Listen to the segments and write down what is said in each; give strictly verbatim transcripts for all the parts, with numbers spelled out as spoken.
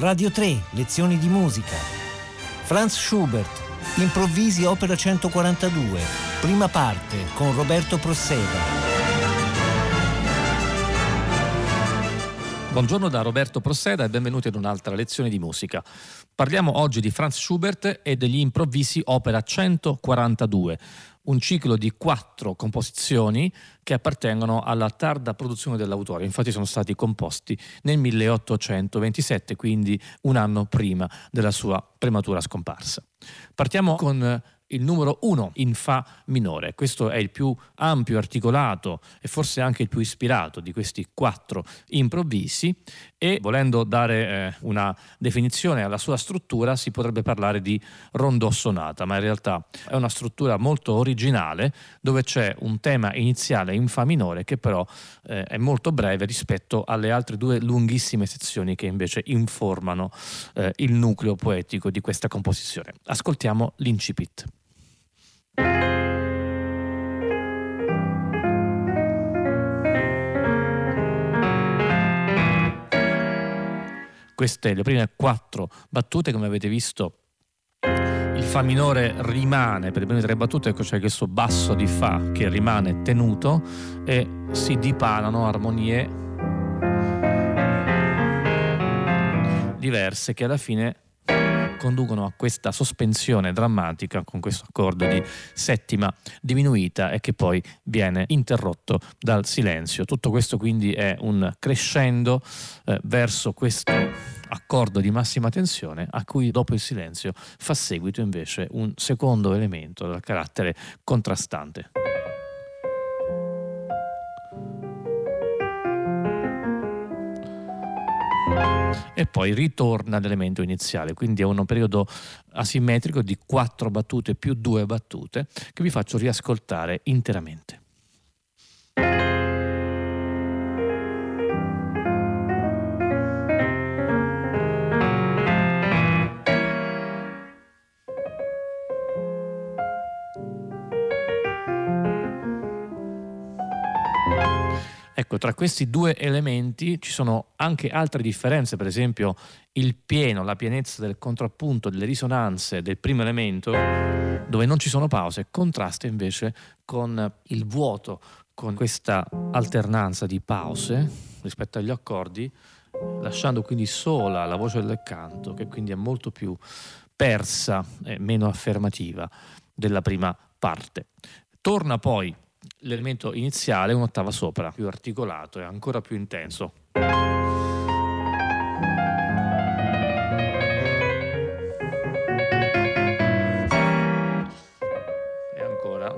Radio tre, lezioni di musica. Franz Schubert, Improvvisi opera centoquarantadue, prima parte, con Roberto Prosseda. Buongiorno da Roberto Prosseda e benvenuti ad un'altra lezione di musica. Parliamo oggi di Franz Schubert e degli Improvvisi opera centoquarantadue, un ciclo di quattro composizioni che appartengono alla tarda produzione dell'autore. Infatti sono stati composti nel milleottocentoventisette, quindi un anno prima della sua prematura scomparsa. Partiamo con il numero uno in Fa minore. Questo è il più ampio, articolato e forse anche il più ispirato di questi quattro improvvisi, e volendo dare eh, una definizione alla sua struttura si potrebbe parlare di rondò sonata, ma in realtà è una struttura molto originale dove c'è un tema iniziale in Fa minore che però eh, è molto breve rispetto alle altre due lunghissime sezioni che invece informano eh, il nucleo poetico di questa composizione. Ascoltiamo l'incipit. Queste le prime quattro battute, come avete visto il Fa minore rimane per le prime tre battute, ecco, c'è questo basso di Fa che rimane tenuto e si dipanano armonie diverse che alla fine conducono a questa sospensione drammatica con questo accordo di settima diminuita e che poi viene interrotto dal silenzio. Tutto questo quindi è un crescendo eh, verso questo accordo di massima tensione a cui dopo il silenzio fa seguito invece un secondo elemento dal carattere contrastante. E poi ritorna all'elemento iniziale, quindi è un periodo asimmetrico di quattro battute più due battute che vi faccio riascoltare interamente. Ecco, tra questi due elementi ci sono anche altre differenze, per esempio il pieno, la pienezza del contrappunto, delle risonanze del primo elemento, dove non ci sono pause, contrasta invece con il vuoto, con questa alternanza di pause rispetto agli accordi, lasciando quindi sola la voce del canto, che quindi è molto più persa e meno affermativa della prima parte. Torna poi l'elemento iniziale un'ottava sopra, più articolato e ancora più intenso. E ancora.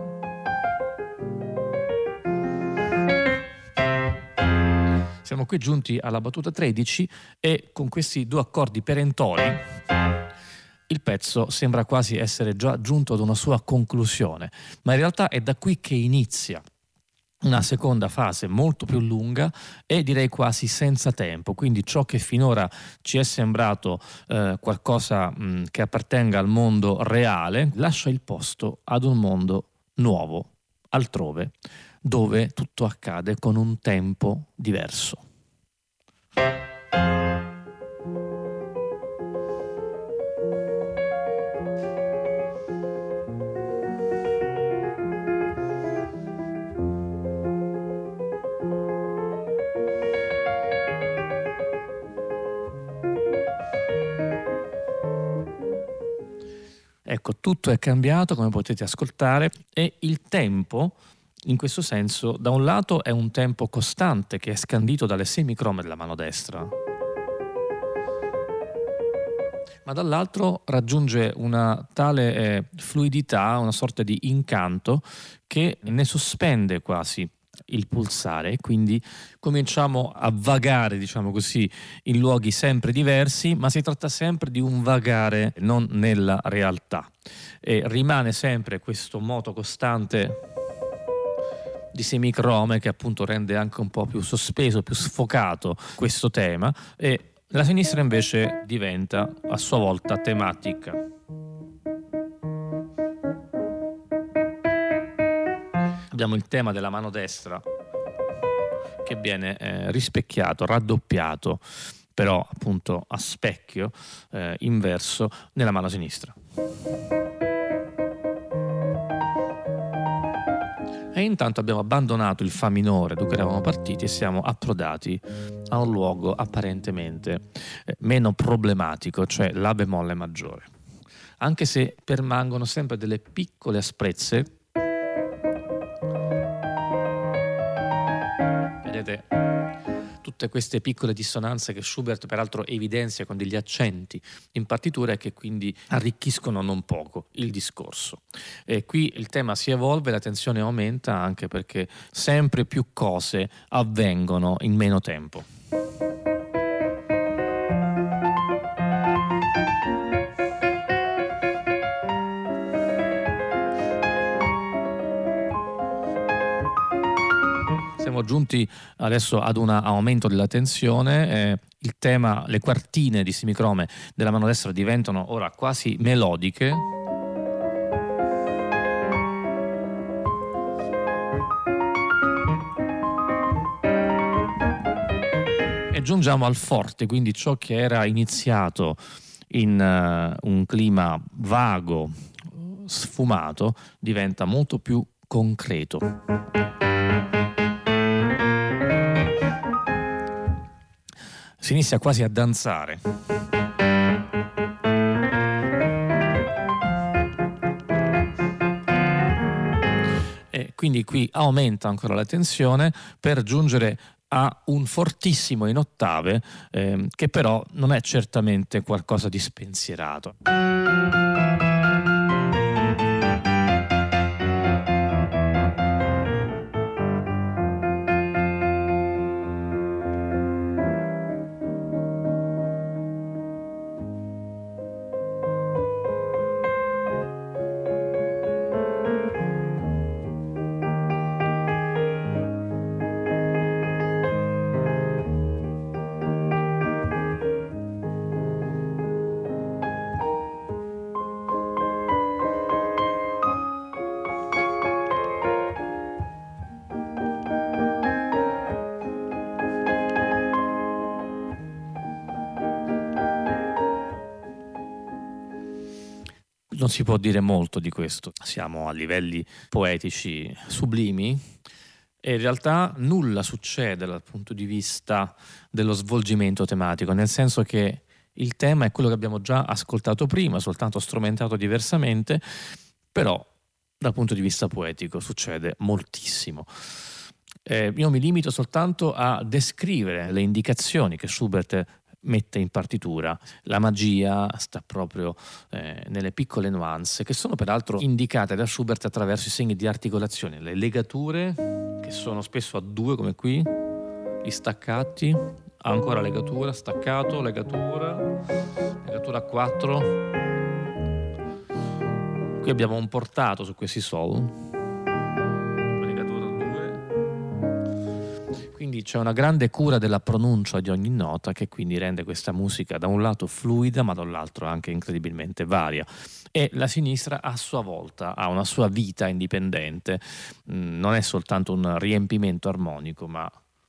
Siamo qui giunti alla battuta tredici e con questi due accordi perentori il pezzo sembra quasi essere già giunto ad una sua conclusione, ma in realtà è da qui che inizia una seconda fase molto più lunga e direi quasi senza tempo, quindi ciò che finora ci è sembrato eh, qualcosa mh, che appartenga al mondo reale lascia il posto ad un mondo nuovo, altrove, dove tutto accade con un tempo diverso. Ecco, tutto è cambiato, come potete ascoltare, e il tempo, in questo senso, da un lato è un tempo costante che è scandito dalle semicrome della mano destra, ma dall'altro raggiunge una tale eh, fluidità, una sorta di incanto che ne sospende quasi il pulsare, e quindi cominciamo a vagare, diciamo così, in luoghi sempre diversi, ma si tratta sempre di un vagare non nella realtà, e rimane sempre questo moto costante di semicrome che appunto rende anche un po' più sospeso, più sfocato questo tema, e la sinistra invece diventa a sua volta tematica. Abbiamo il tema della mano destra che viene eh, rispecchiato, raddoppiato però appunto a specchio, eh, inverso, nella mano sinistra. E intanto abbiamo abbandonato il Fa minore, da cui eravamo partiti, e siamo approdati a un luogo apparentemente eh, meno problematico, cioè La bemolle maggiore. Anche se permangono sempre delle piccole asprezze. Vedete tutte queste piccole dissonanze che Schubert peraltro evidenzia con degli accenti in partitura e che quindi arricchiscono non poco il discorso. E qui il tema si evolve, la tensione aumenta anche perché sempre più cose avvengono in meno tempo. Siamo giunti adesso ad un aumento della tensione, eh, il tema, le quartine di semicrome della mano destra diventano ora quasi melodiche. E giungiamo al forte, quindi ciò che era iniziato in uh, un clima vago, sfumato, diventa molto più concreto. Si inizia quasi a danzare. E quindi qui aumenta ancora la tensione per giungere a un fortissimo in ottave, eh, che però non è certamente qualcosa di spensierato. Non si può dire molto di questo, siamo a livelli poetici sublimi e in realtà nulla succede dal punto di vista dello svolgimento tematico, nel senso che il tema è quello che abbiamo già ascoltato prima, soltanto strumentato diversamente, però dal punto di vista poetico succede moltissimo. Eh, io mi limito soltanto a descrivere le indicazioni che Schubert mette in partitura. La magia sta proprio eh, nelle piccole nuance che sono peraltro indicate da Schubert attraverso i segni di articolazione, le legature che sono spesso a due come qui, gli staccati, ancora legatura, staccato, legatura, legatura a quattro. Qui abbiamo un portato su questi sol. Quindi c'è una grande cura della pronuncia di ogni nota che quindi rende questa musica da un lato fluida ma dall'altro anche incredibilmente varia. E la sinistra a sua volta ha una sua vita indipendente, non è soltanto un riempimento armonico ma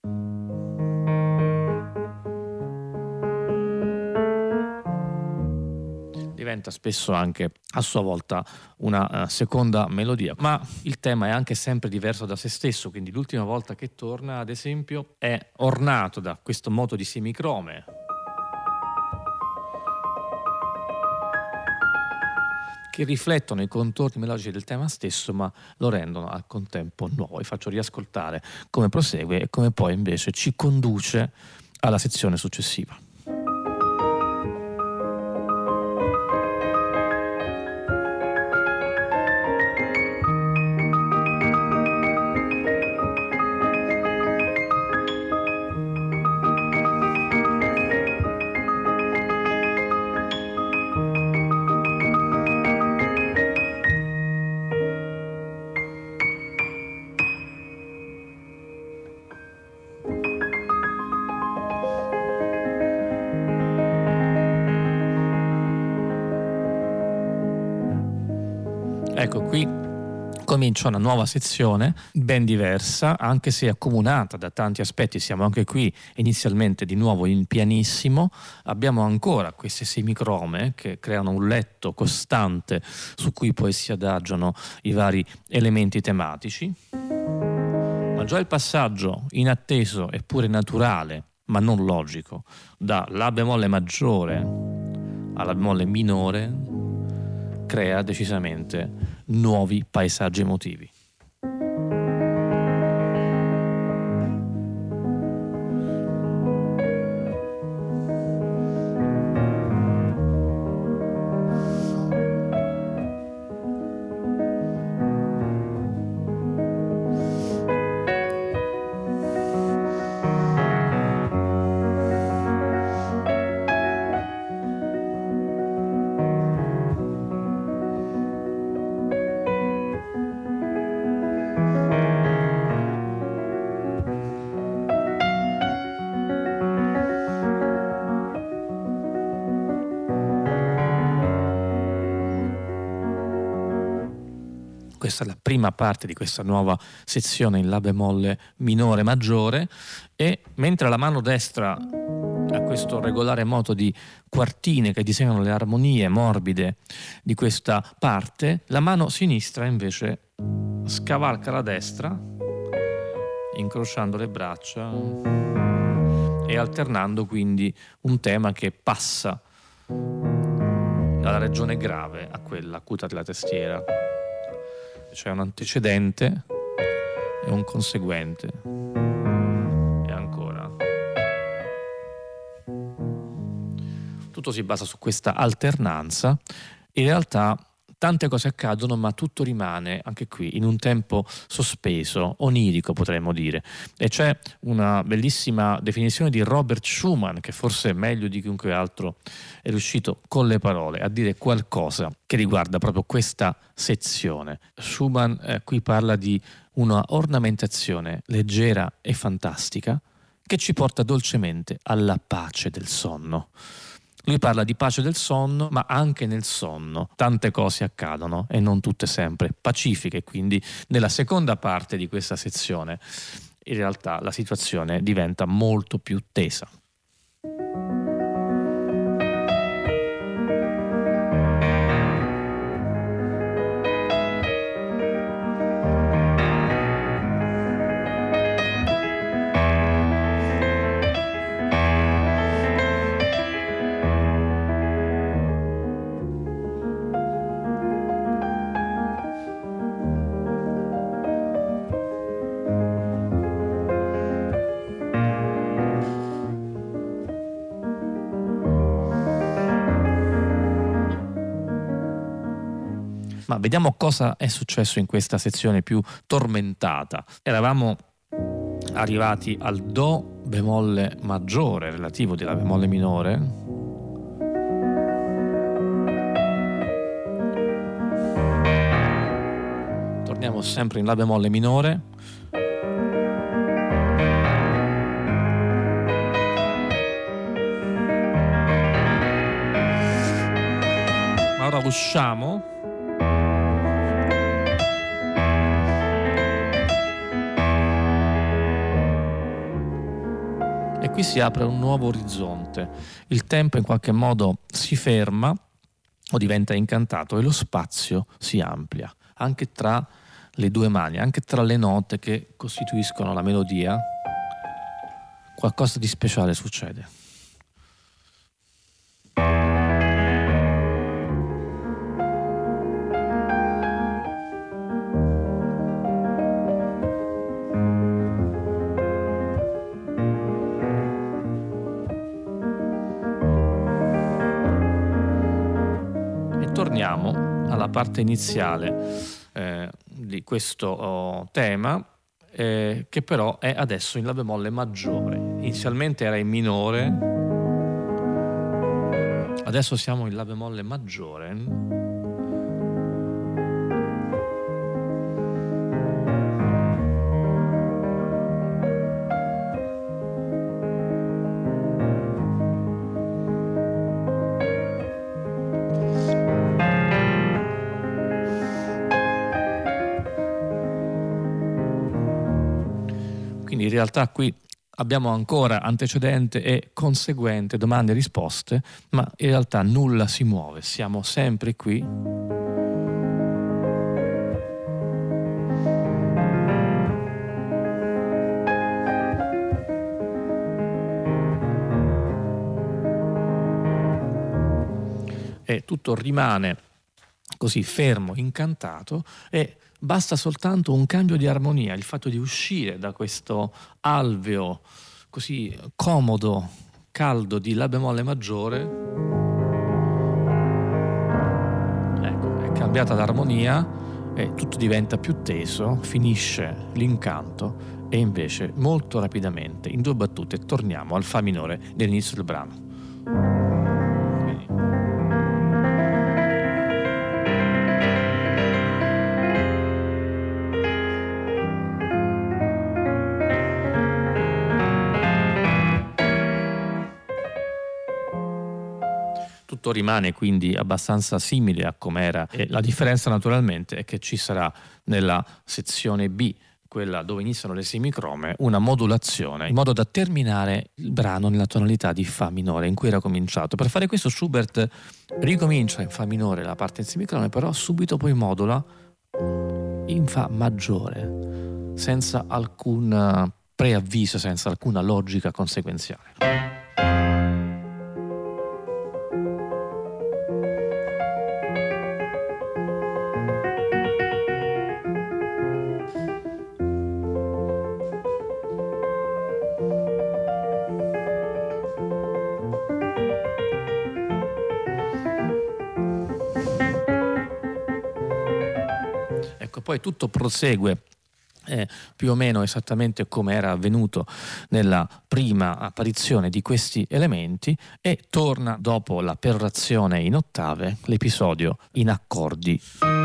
diventa spesso anche a sua volta una uh, seconda melodia, ma il tema è anche sempre diverso da se stesso, quindi l'ultima volta che torna ad esempio è ornato da questo moto di semicrome che riflettono i contorni melodici del tema stesso ma lo rendono al contempo nuovo. Vi faccio riascoltare come prosegue e come poi invece ci conduce alla sezione successiva. Ecco, qui comincia una nuova sezione ben diversa, anche se accomunata da tanti aspetti. Siamo anche qui inizialmente di nuovo in pianissimo, abbiamo ancora queste semicrome che creano un letto costante su cui poi si adagiano i vari elementi tematici, ma già il passaggio inatteso eppure naturale, ma non logico, da La bemolle maggiore alla bemolle minore crea decisamente nuovi paesaggi emotivi. Questa è la prima parte di questa nuova sezione in La bemolle minore maggiore, e mentre la mano destra ha questo regolare moto di quartine che disegnano le armonie morbide di questa parte, la mano sinistra invece scavalca la destra incrociando le braccia e alternando quindi un tema che passa dalla regione grave a quella acuta della tastiera. C'è un antecedente e un conseguente, e ancora. Tutto si basa su questa alternanza. In realtà tante cose accadono, ma tutto rimane anche qui in un tempo sospeso, onirico potremmo dire. E c'è una bellissima definizione di Robert Schumann, che forse meglio di chiunque altro è riuscito con le parole a dire qualcosa che riguarda proprio questa sezione. Schumann eh, qui parla di una ornamentazione leggera e fantastica che ci porta dolcemente alla pace del sonno. Lui parla di pace del sonno, ma anche nel sonno tante cose accadono e non tutte sempre pacifiche, quindi nella seconda parte di questa sezione in realtà la situazione diventa molto più tesa. Ma vediamo cosa è successo in questa sezione più tormentata. Eravamo arrivati al Do bemolle maggiore, relativo della bemolle minore. Torniamo sempre in La bemolle minore. Ma ora usciamo. E qui si apre un nuovo orizzonte. Il tempo in qualche modo si ferma o diventa incantato e lo spazio si amplia, anche tra le due mani, anche tra le note che costituiscono la melodia. Qualcosa di speciale succede. Torniamo alla parte iniziale eh, di questo oh, tema, eh, che però è adesso in La bemolle maggiore. Inizialmente era in minore, adesso siamo in La bemolle maggiore. realtà qui abbiamo ancora antecedente e conseguente, domande e risposte, ma in realtà nulla si muove, siamo sempre qui. E tutto rimane così fermo, incantato, e basta soltanto un cambio di armonia, il fatto di uscire da questo alveo così comodo, caldo di La bemolle maggiore. Ecco, è cambiata l'armonia e tutto diventa più teso, finisce l'incanto e invece molto rapidamente, in due battute, torniamo al Fa minore dell'inizio del brano. Tutto rimane quindi abbastanza simile a com'era, e la differenza naturalmente è che ci sarà nella sezione B, quella dove iniziano le semicrome, una modulazione in modo da terminare il brano nella tonalità di Fa minore in cui era cominciato. Per fare questo Schubert ricomincia in Fa minore la parte in semicrome, però subito poi modula in Fa maggiore senza alcun preavviso, senza alcuna logica conseguenziale. Poi tutto prosegue eh, più o meno esattamente come era avvenuto nella prima apparizione di questi elementi, e torna dopo la perorazione in ottave l'episodio in accordi.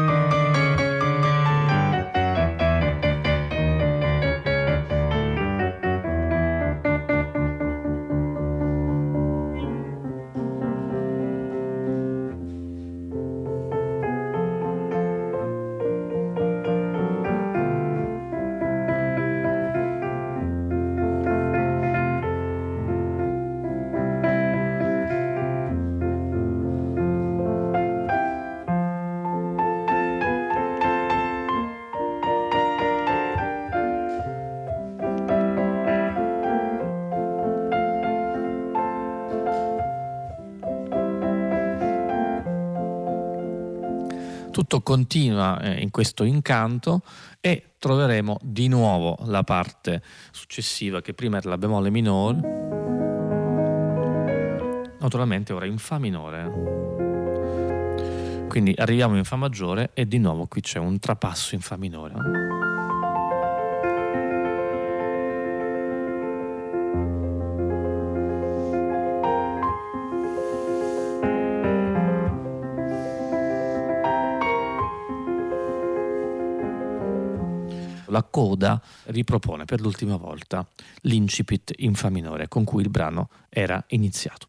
Tutto continua eh, in questo incanto e troveremo di nuovo la parte successiva, che prima era la bemolle minore, naturalmente ora in Fa minore. Quindi arriviamo in Fa maggiore e di nuovo qui c'è un trapasso in Fa minore. La coda ripropone per l'ultima volta l'incipit in Fa minore con cui il brano era iniziato.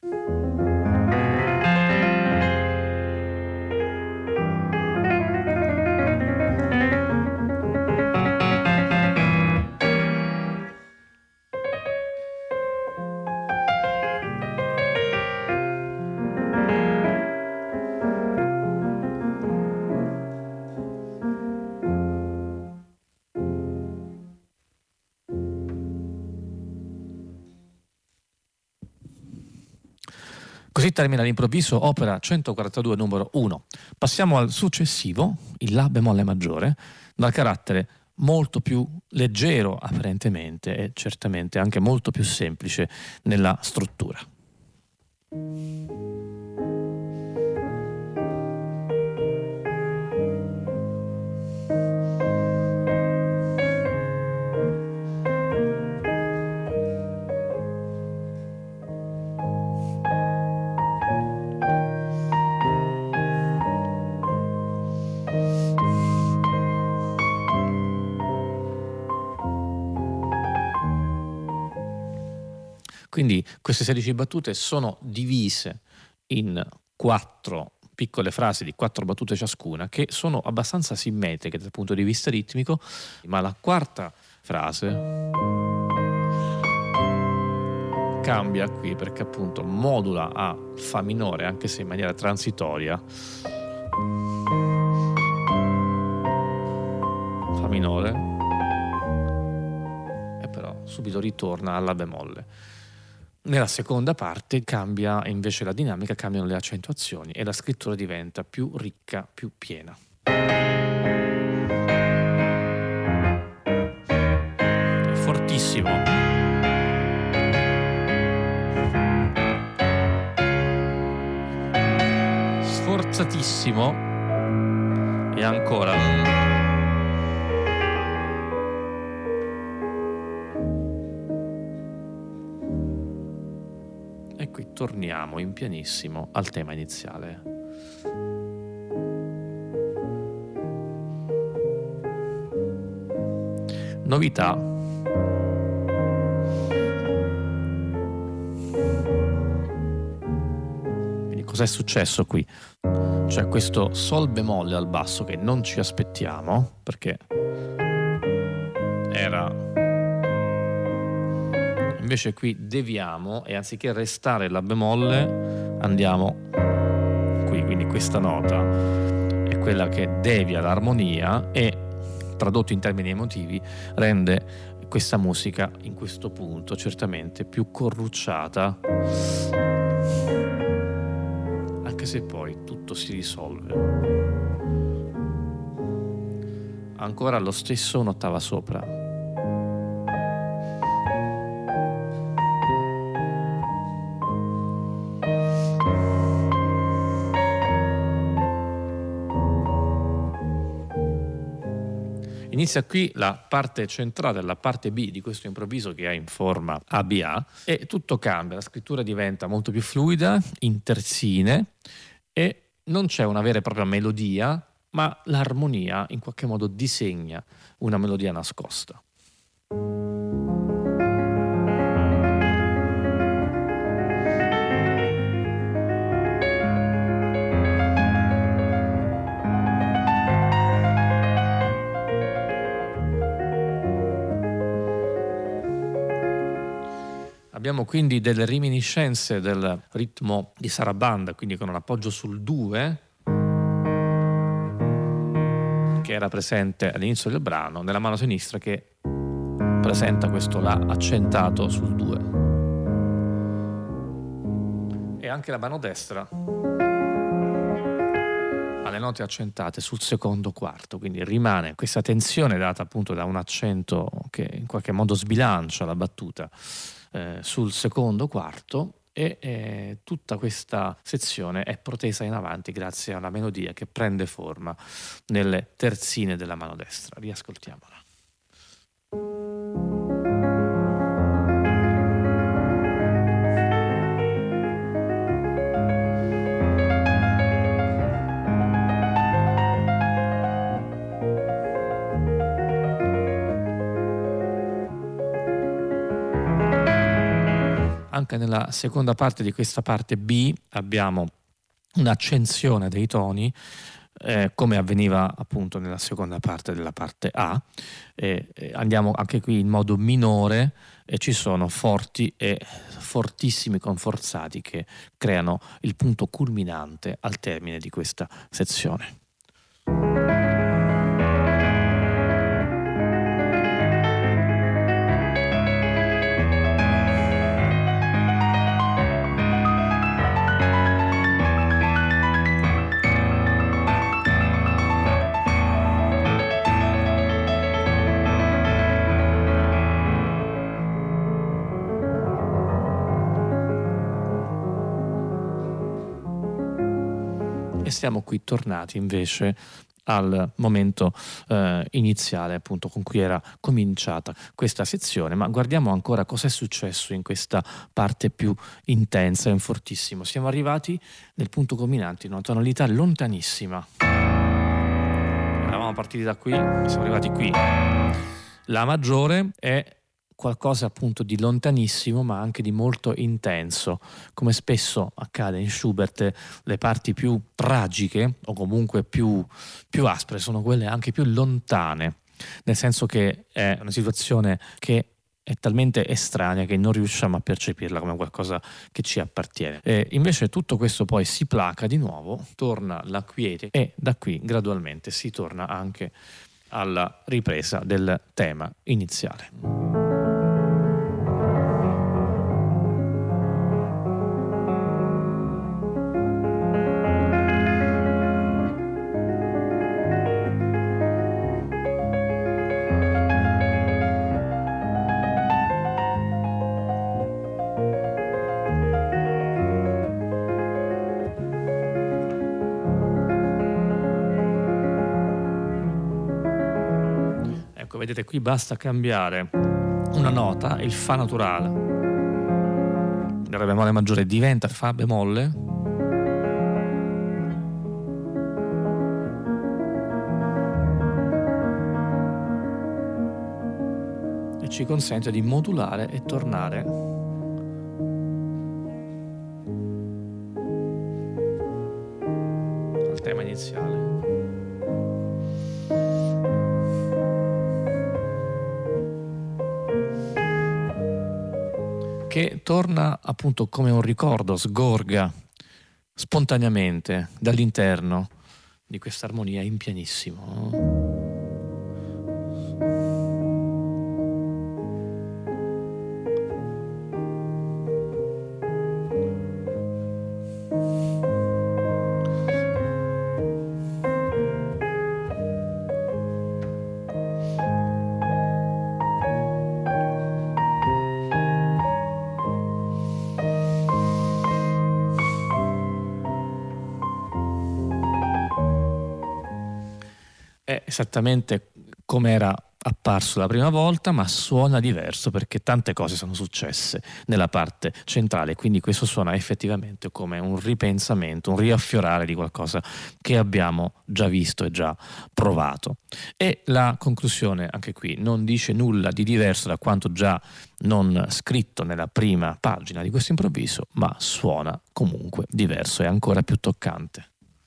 Così termina l'improvviso opera centoquarantadue numero uno. Passiamo al successivo, il La bemolle maggiore, dal carattere molto più leggero apparentemente e certamente anche molto più semplice nella struttura. Quindi queste sedici battute sono divise in quattro piccole frasi di quattro battute ciascuna, che sono abbastanza simmetriche dal punto di vista ritmico, ma la quarta frase cambia qui perché appunto modula a Fa minore, anche se in maniera transitoria. Fa minore, e però subito ritorna alla bemolle. Nella seconda parte cambia invece la dinamica, cambiano le accentuazioni e la scrittura diventa più ricca, più piena. È fortissimo. Sforzatissimo. E ancora. E qui torniamo in pianissimo al tema iniziale. Novità. Quindi cos'è successo qui? C'è questo sol bemolle al basso che non ci aspettiamo, perché era... Invece qui deviamo e anziché restare la bemolle andiamo qui, quindi questa nota è quella che devia l'armonia e, tradotto in termini emotivi, rende questa musica in questo punto certamente più corrucciata, anche se poi tutto si risolve. Ancora lo stesso un'ottava sopra. Inizia qui la parte centrale, la parte B di questo improvviso che è in forma A B A e tutto cambia, la scrittura diventa molto più fluida, in terzine e non c'è una vera e propria melodia, ma l'armonia in qualche modo disegna una melodia nascosta. Abbiamo quindi delle reminiscenze del ritmo di sarabanda, quindi con un appoggio sul due, che era presente all'inizio del brano, nella mano sinistra che presenta questo La accentato sul due. E anche la mano destra ha le note accentate sul secondo quarto, quindi rimane questa tensione data appunto da un accento che in qualche modo sbilancia la battuta eh, sul secondo quarto e eh, tutta questa sezione è protesa in avanti grazie a una melodia che prende forma nelle terzine della mano destra. Riascoltiamola. Anche nella seconda parte di questa parte B abbiamo un'accensione dei toni, eh, come avveniva appunto nella seconda parte della parte A. E, e andiamo anche qui in modo minore e ci sono forti e fortissimi conforzati che creano il punto culminante al termine di questa sezione. Siamo qui tornati invece al momento eh, iniziale appunto con cui era cominciata questa sezione, ma guardiamo ancora cosa è successo in questa parte più intensa e fortissimo. Siamo arrivati nel punto culminante in una tonalità lontanissima. Eravamo partiti da qui, siamo arrivati qui. La maggiore è qualcosa appunto di lontanissimo ma anche di molto intenso, come spesso accade in Schubert. Le parti più tragiche o comunque più, più aspre sono quelle anche più lontane, nel senso che è una situazione che è talmente estranea che non riusciamo a percepirla come qualcosa che ci appartiene. E invece tutto questo poi si placa di nuovo, torna la quiete e da qui gradualmente si torna anche alla ripresa del tema iniziale. Vedete, qui basta cambiare una nota, il Fa naturale, il Re bemolle maggiore diventa Fa bemolle, e ci consente di modulare e tornare al tema iniziale. Che torna appunto come un ricordo, sgorga spontaneamente dall'interno di questa armonia in pianissimo. È esattamente come era apparso la prima volta, ma suona diverso perché tante cose sono successe nella parte centrale, quindi questo suona effettivamente come un ripensamento, un riaffiorare di qualcosa che abbiamo già visto e già provato. E la conclusione anche qui non dice nulla di diverso da quanto già non scritto nella prima pagina di questo improvviso, ma suona comunque diverso e ancora più toccante.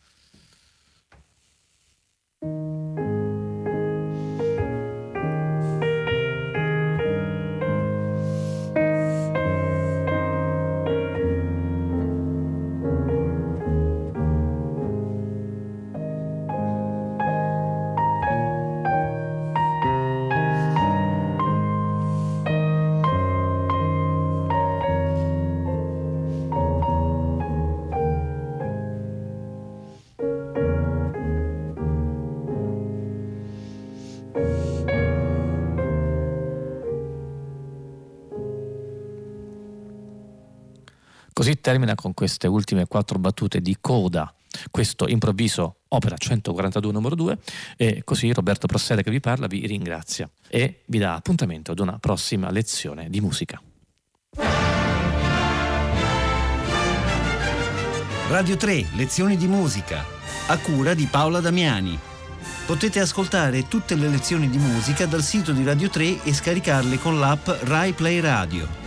Così termina con queste ultime quattro battute di coda questo improvviso opera centoquarantadue numero due, e così Roberto Prossede che vi parla vi ringrazia e vi dà appuntamento ad una prossima lezione di musica. Radio tre, lezioni di musica, a cura di Paola Damiani. Potete ascoltare tutte le lezioni di musica dal sito di Radio tre e scaricarle con l'app Rai Play Radio.